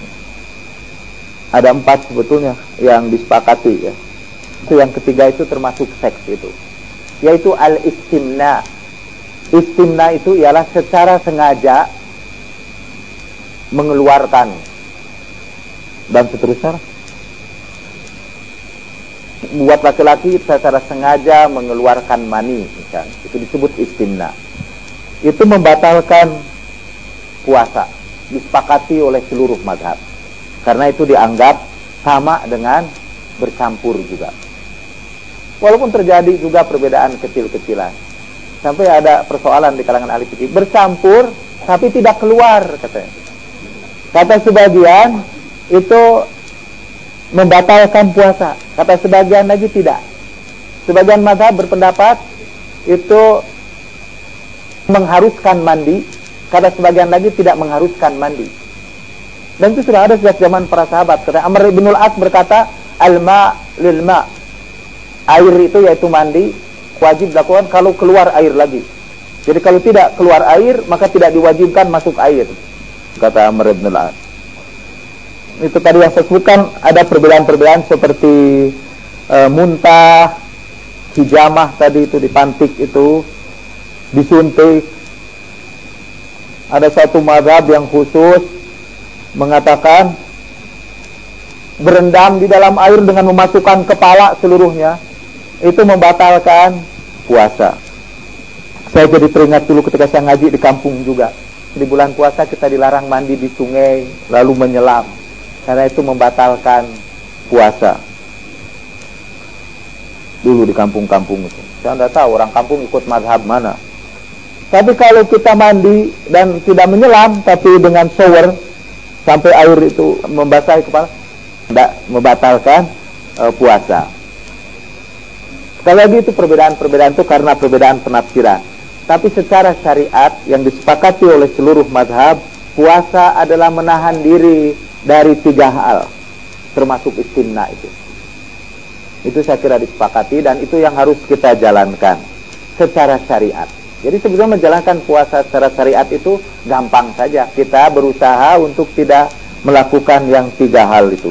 Ada 4 sebetulnya yang disepakati ya. Itu yang ketiga itu termasuk seks itu, yaitu al-istimna. Istimna itu ialah secara sengaja mengeluarkan dan seterusnya. Buat laki-laki secara sengaja mengeluarkan mani misalnya, itu disebut istimna. Itu membatalkan puasa, disepakati oleh seluruh mazhab, karena itu dianggap sama dengan bercampur juga. Walaupun terjadi juga perbedaan kecil-kecilan, sampai ada persoalan di kalangan ahli fikih, bercampur tapi tidak keluar katanya. Kata sebagian itu membatalkan puasa, kata sebagian lagi tidak. Sebagian mazhab berpendapat itu mengharuskan mandi, kata sebagian lagi tidak mengharuskan mandi. Dan itu sudah ada sejak zaman para sahabat. Kata Amr bin al-As berkata, al-ma lil ma, air itu yaitu mandi wajib dilakukan kalau keluar air lagi. Jadi kalau tidak keluar air maka tidak diwajibkan masuk air, kata Amr bin al-As. Itu tadi yang saya sebutkan, ada perbedaan-perbedaan seperti muntah, hijamah tadi itu dipantik itu, disuntik. Ada satu mazhab yang khusus mengatakan berendam di dalam air dengan memasukkan kepala seluruhnya itu membatalkan puasa. Saya jadi teringat dulu ketika saya ngaji di kampung juga, di bulan puasa kita dilarang mandi di sungai lalu menyelam, karena itu membatalkan puasa. Dulu di kampung-kampung itu, saya tidak tahu orang kampung ikut mazhab mana. Tapi kalau kita mandi dan tidak menyelam, tapi dengan shower sampai air itu membasahi kepala, tidak membatalkan puasa. Sekali lagi itu perbedaan-perbedaan itu karena perbedaan penafsiran. Tapi secara syariat yang disepakati oleh seluruh mazhab, puasa adalah menahan diri dari 3 hal, termasuk istimna itu. Itu saya kira disepakati dan itu yang harus kita jalankan secara syariat. Jadi sebetulnya menjalankan puasa secara syariat itu gampang saja. Kita berusaha untuk tidak melakukan yang 3 hal itu.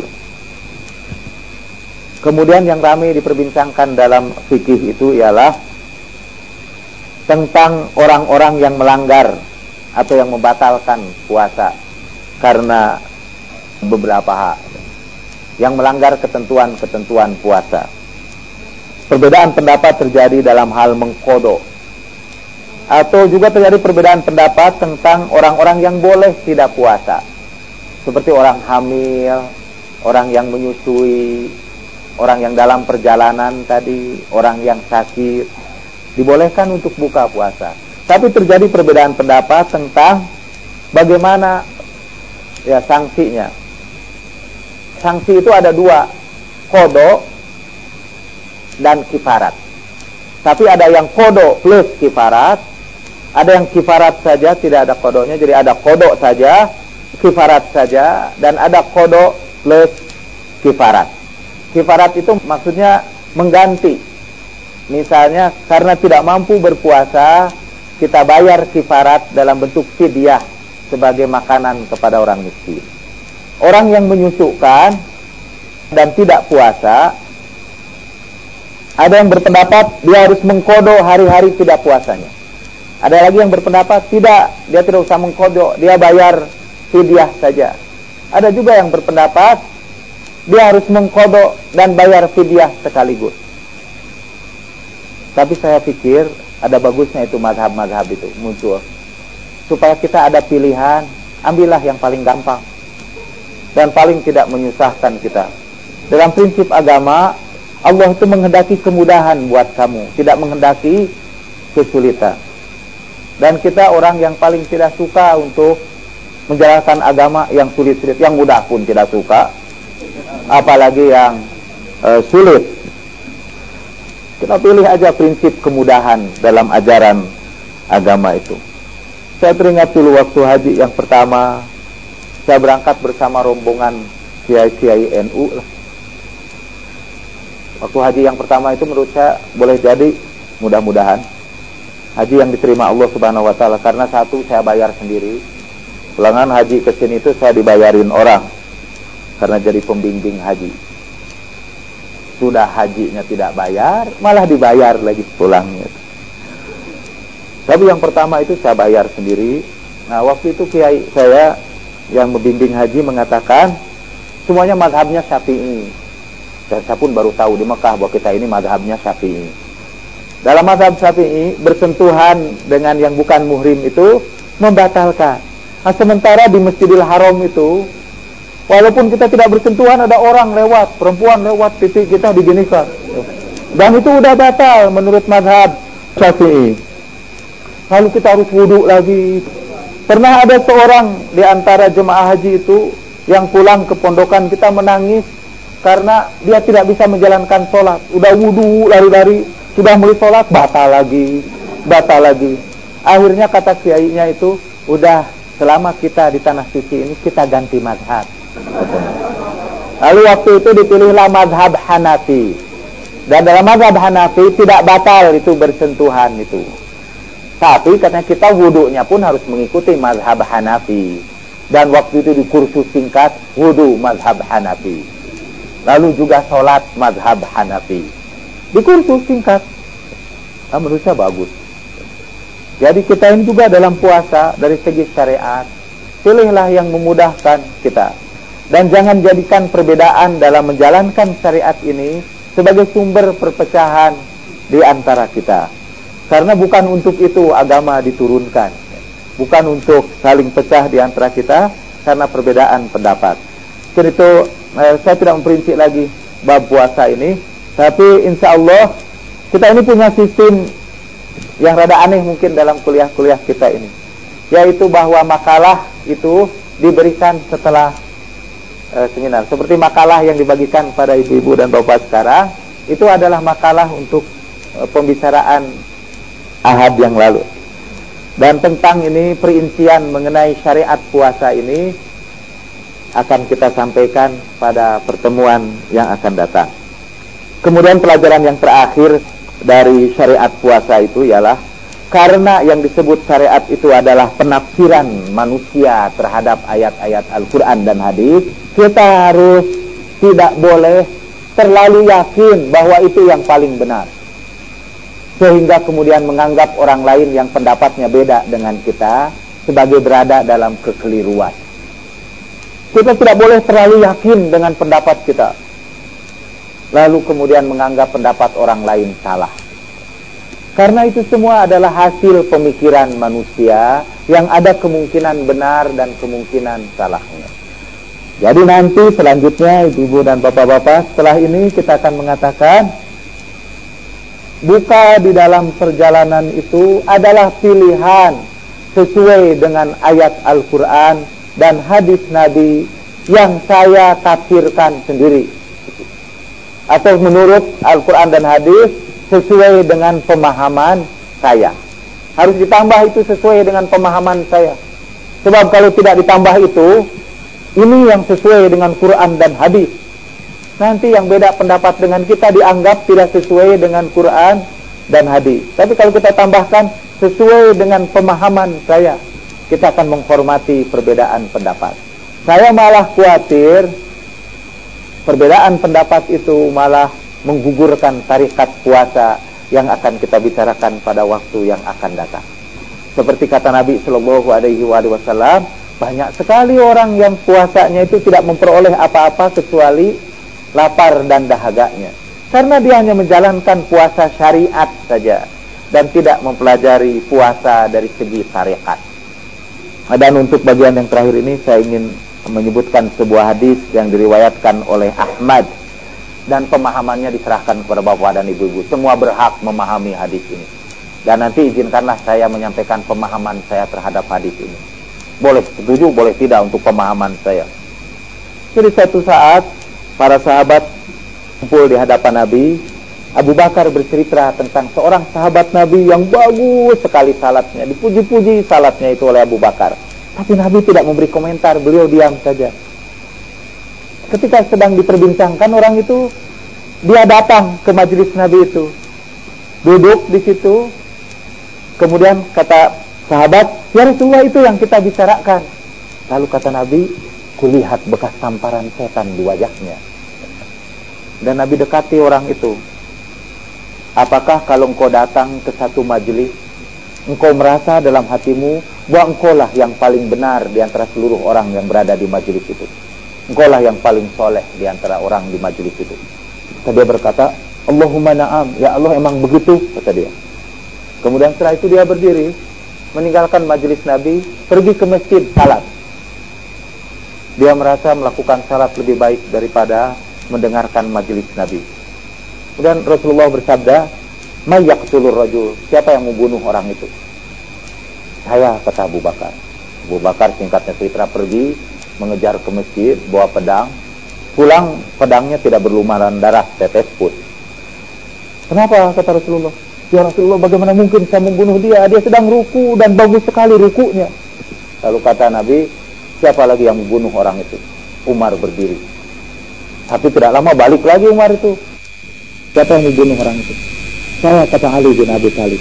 Kemudian yang ramai diperbincangkan dalam fikih itu ialah tentang orang-orang yang melanggar atau yang membatalkan puasa karena beberapa hal, yang melanggar ketentuan-ketentuan puasa. Perbedaan pendapat terjadi dalam hal mengqadha, atau juga terjadi perbedaan pendapat tentang orang-orang yang boleh tidak puasa, seperti orang hamil, orang yang menyusui, orang yang dalam perjalanan tadi, orang yang sakit, dibolehkan untuk buka puasa. Tapi terjadi perbedaan pendapat tentang bagaimana ya sanksinya. Sanksi itu ada 2, qadha dan kifarat. Tapi ada yang qadha plus kifarat, ada yang kifarat saja tidak ada qadhanya, jadi ada qadha saja, kifarat saja, dan ada qadha plus kifarat. Kifarat itu maksudnya mengganti. Misalnya karena tidak mampu berpuasa, kita bayar kifarat dalam bentuk fidyah sebagai makanan kepada orang miskin. Orang yang menyusukkan dan tidak puasa, ada yang berpendapat dia harus mengqadha hari-hari tidak puasanya. Ada lagi yang berpendapat tidak, dia tidak usah mengqadha, dia bayar fidyah saja. Ada juga yang berpendapat dia harus mengqadha dan bayar fidyah sekaligus. Tapi saya pikir ada bagusnya itu mazhab-mazhab itu muncul, supaya kita ada pilihan, ambillah yang paling gampang dan paling tidak menyusahkan kita. Dalam prinsip agama, Allah itu menghendaki kemudahan buat kamu, tidak menghendaki kesulitan. Dan kita orang yang paling tidak suka untuk menjalankan agama yang sulit-sulit, yang mudah pun tidak suka, apalagi yang sulit. Kita pilih aja prinsip kemudahan dalam ajaran agama itu. Saya teringat dulu waktu haji yang pertama, saya berangkat bersama rombongan kiai-kiai NU lah. Waktu haji yang pertama itu menurut saya boleh jadi, mudah-mudahan haji yang diterima Allah Subhanahu wa taala, karena satu saya bayar sendiri. Pulangan haji ke sini itu saya dibayarin orang karena jadi pembimbing haji. Sudah hajinya tidak bayar, malah dibayar lagi pulangnya. Tapi yang pertama itu saya bayar sendiri. Nah, waktu itu kiai saya yang membimbing haji mengatakan semuanya mazhabnya Syafi'i. Saya pun baru tahu di Mekah bahwa kita ini mazhabnya Syafi'i. Dalam mazhab Syafi'i, bersentuhan dengan yang bukan muhrim itu membatalkan. Nah, sementara di Masjidil Haram itu, walaupun kita tidak bersentuhan, ada orang lewat, perempuan lewat, pipi kita diginikan, dan itu udah batal menurut mazhab Syafi'i. Lalu kita harus wudu lagi. Pernah ada seorang di antara jemaah haji itu yang pulang ke pondokan kita menangis karena dia tidak bisa menjalankan sholat. Udah wudu, lari-lari, sudah mulai sholat, batal lagi. Akhirnya kata kiainya itu, udah, selama kita di tanah suci ini kita ganti mazhab. Lalu waktu itu dipilihlah mazhab Hanafi. Dan dalam mazhab Hanafi tidak batal itu bersentuhan itu. Tapi katanya kita wudunya pun harus mengikuti mazhab Hanafi. Dan waktu itu di kursus singkat wudu mazhab Hanafi. Lalu juga sholat mazhab Hanafi. Di kursus singkat. Nah, menurut saya bagus. Jadi kita ini juga dalam puasa dari segi syariat, pilihlah yang memudahkan kita. Dan jangan jadikan perbedaan dalam menjalankan syariat ini sebagai sumber perpecahan di antara kita. Karena bukan untuk itu agama diturunkan. Bukan untuk saling pecah di antara kita karena perbedaan pendapat. Jadi itu saya tidak memperinci lagi bab puasa ini. Tapi insya Allah kita ini punya sistem yang rada aneh mungkin dalam kuliah-kuliah kita ini. Yaitu bahwa makalah itu diberikan setelah seminar. Seperti makalah yang dibagikan pada ibu-ibu dan bapak sekarang, itu adalah makalah untuk pembicaraan Ahad yang lalu. Dan tentang ini perincian mengenai syariat puasa ini akan kita sampaikan pada pertemuan yang akan datang. Kemudian pelajaran yang terakhir dari syariat puasa itu ialah karena yang disebut syariat itu adalah penafsiran manusia terhadap ayat-ayat Al-Quran dan hadis, kita harus tidak boleh terlalu yakin bahwa itu yang paling benar, sehingga kemudian menganggap orang lain yang pendapatnya beda dengan kita sebagai berada dalam kekeliruan. Kita tidak boleh terlalu yakin dengan pendapat kita, lalu kemudian menganggap pendapat orang lain salah. Karena itu semua adalah hasil pemikiran manusia yang ada kemungkinan benar dan kemungkinan salahnya. Jadi nanti selanjutnya ibu-ibu dan bapak-bapak, setelah ini kita akan mengatakan buka di dalam perjalanan itu adalah pilihan sesuai dengan ayat Al-Quran dan hadis Nabi yang saya tafsirkan sendiri, atau menurut Al-Quran dan hadis sesuai dengan pemahaman saya. Harus ditambah itu sesuai dengan pemahaman saya. Sebab kalau tidak ditambah itu, ini yang sesuai dengan Quran dan hadis, nanti yang beda pendapat dengan kita dianggap tidak sesuai dengan Quran dan hadis. Tapi kalau kita tambahkan sesuai dengan pemahaman saya, kita akan menghormati perbedaan pendapat. Saya malah khawatir perbedaan pendapat itu malah menggugurkan tarikat puasa yang akan kita bicarakan pada waktu yang akan datang. Seperti kata Nabi Shallallahu Alaihi Wasallam, banyak sekali orang yang puasanya itu tidak memperoleh apa-apa kecuali lapar dan dahaganya, karena dia hanya menjalankan puasa syariat saja dan tidak mempelajari puasa dari segi tarekat. Dan untuk bagian yang terakhir ini saya ingin menyebutkan sebuah hadis yang diriwayatkan oleh Ahmad, dan pemahamannya diserahkan kepada bapak dan ibu-ibu. Semua berhak memahami hadis ini, dan nanti izinkanlah saya menyampaikan pemahaman saya terhadap hadis ini. Boleh setuju, boleh tidak untuk pemahaman saya. Jadi suatu saat para sahabat kumpul di hadapan Nabi. Abu Bakar bercerita tentang seorang sahabat Nabi yang bagus sekali salatnya, dipuji-puji salatnya itu oleh Abu Bakar. Tapi Nabi tidak memberi komentar, beliau diam saja. Ketika sedang diperbincangkan orang itu, dia datang ke majelis Nabi itu, duduk di situ. Kemudian kata sahabat, ya Rasulullah, itu yang kita bicarakan. Lalu kata Nabi, kulihat bekas tamparan setan di wajahnya. Dan Nabi dekati orang itu. Apakah kalau engkau datang ke satu majelis, engkau merasa dalam hatimu bahwa engkaulah yang paling benar di antara seluruh orang yang berada di majelis itu? Engkaulah yang paling soleh di antara orang di majelis itu. Kata dia berkata, Allahumma na'am, ya Allah emang begitu, kata dia. Kemudian setelah itu dia berdiri, meninggalkan majelis Nabi, pergi ke masjid salat. Dia merasa melakukan salat lebih baik daripada mendengarkan majelis Nabi. Kemudian Rasulullah bersabda, "May yaqtulur rajul?" Siapa yang membunuh orang itu? Saya, kata Abu Bakar. Abu Bakar singkatnya cerita pergi mengejar ke masjid, bawa pedang. Pulang pedangnya tidak berlumuran darah tetes pun. Kenapa? Kata Rasulullah. Ya Rasulullah, bagaimana mungkin saya membunuh dia? Dia sedang ruku dan bagus sekali rukunya. Lalu kata Nabi, siapa lagi yang membunuh orang itu? Umar berdiri. Tapi tidak lama balik lagi Umar itu. Siapa yang membunuh orang itu? Saya, kata Ali bin Abi Thalib.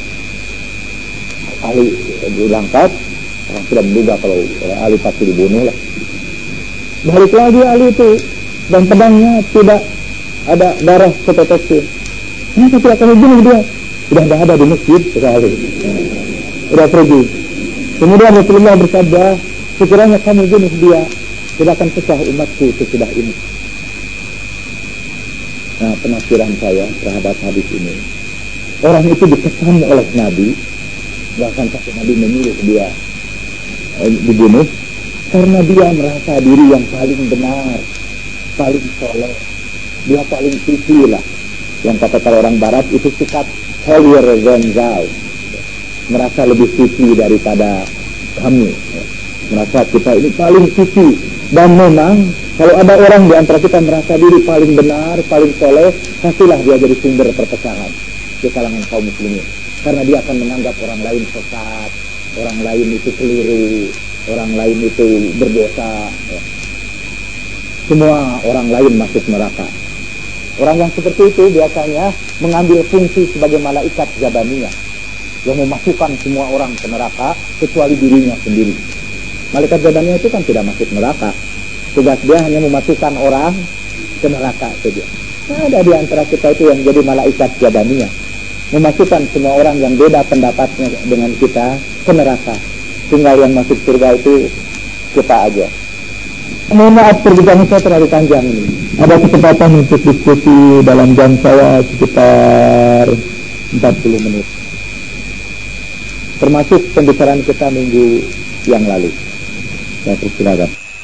Ali berangkat, orang sudah menduga kalau Ali pasti dibunuh lah. Balik lagi Ali itu, dan pedangnya tidak ada darah setetes pun. Kenapa tidak kamu bunuh dia? Sudah tidak ada di masjid, kata Ali. Sudah pergi. Kemudian Rasulullah bersabda, sekiranya kamu bunuh dia, tidak akan pecah umatku sesudah ini. Nah, penafsiran saya terhadap hadis ini, orang itu dikesan oleh Nabi, bahkan sampai Nabi menyuruh dia dibunuh, karena dia merasa diri yang paling benar, paling soleh, dia paling suci lah. Yang kata orang Barat itu sikap holier than thou, merasa lebih suci daripada kamu, merasa kita ini paling suci. Dan memang kalau ada orang di antara kita merasa diri paling benar, paling soleh, pastilah dia jadi sumber perpecahan di kalangan kaum muslimin, karena dia akan menganggap orang lain sesat, orang lain itu keliru, orang lain itu berdosa, ya. Semua orang lain masuk neraka. Orang yang seperti itu biasanya mengambil fungsi sebagai malaikat Jabaniyah yang memasukkan semua orang ke neraka kecuali dirinya sendiri. Malaikat Jabaniyah itu kan tidak masuk neraka. Tugas dia hanya memasukkan orang ke neraka saja. Nah, ada di antara kita itu yang jadi malaikat Jabaniyah, memasukkan semua orang yang beda pendapatnya dengan kita ke neraka. Tinggal yang masuk surga itu kita aja. Mohon maaf perbincangan saya terlalu panjang ini. Ada kesempatan untuk diskusi dalam jam saya sekitar 40 menit. Termasuk pembicaraan kita minggu yang lalu. Saya persilakan.